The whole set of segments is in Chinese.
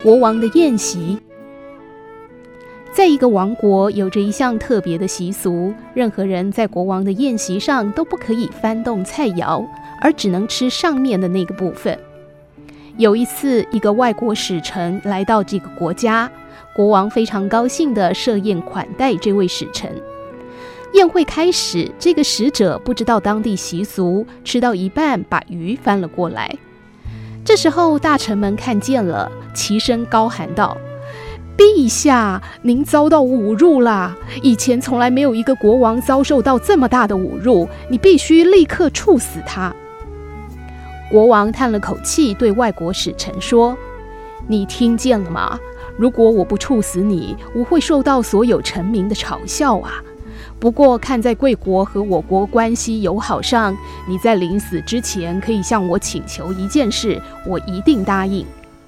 国王的宴席。在一个王国有着一项特别的习俗，任何人在国王的宴席上都不可以翻动菜肴，而只能吃上面的那个部分。有一次，一个外国使臣来到这个国家，国王非常高兴地设宴款待这位使臣。宴会开始，这个使者不知道当地习俗，吃到一半把鱼翻了过来。这时候大臣们看见了，齐声高喊道：陛下，您遭到侮辱啦！以前从来没有一个国王遭受到这么大的侮辱，你必须立刻处死他。国王叹了口气，对外国使臣说：你听见了吗？如果我不处死你，我会受到所有臣民的嘲笑啊。不过看在贵国和我国关系友好上，你在临死之前可以向我请求一件事，我一定答应。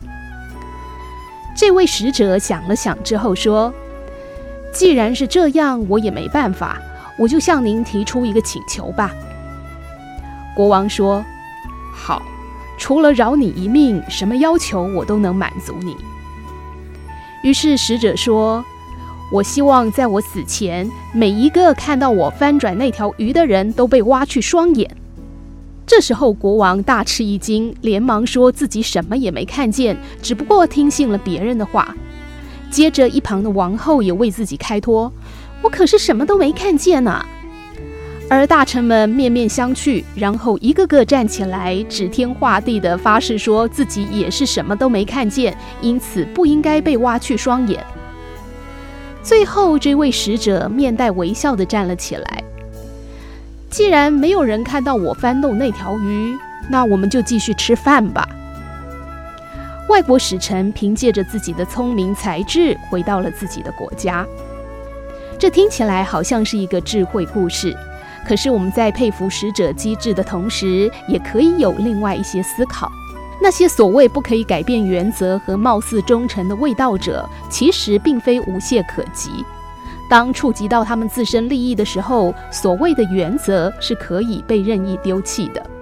这位使者想了想之后说：既然是这样，我也没办法，我就向您提出一个请求吧。国王说：好，除了饶你一命，什么要求我都能满足你。于是使者说：我希望在我死前，每一个看到我翻转那条鱼的人都被挖去双眼。这时候国王大吃一惊，连忙说自己什么也没看见，只不过听信了别人的话。接着一旁的王后也为自己开脱：我可是什么都没看见啊。而大臣们面面相觑，然后一个个站起来，指天画地地发誓说自己也是什么都没看见，因此不应该被挖去双眼。最后这位使者面带微笑地站了起来：既然没有人看到我翻动那条鱼，那我们就继续吃饭吧。外国使臣凭借着自己的聪明才智回到了自己的国家。这听起来好像是一个智慧故事，可是我们在佩服使者机智的同时，也可以有另外一些思考。那些所谓不可以改变原则和貌似忠诚的卫道者，其实并非无懈可击。当触及到他们自身利益的时候，所谓的原则是可以被任意丢弃的。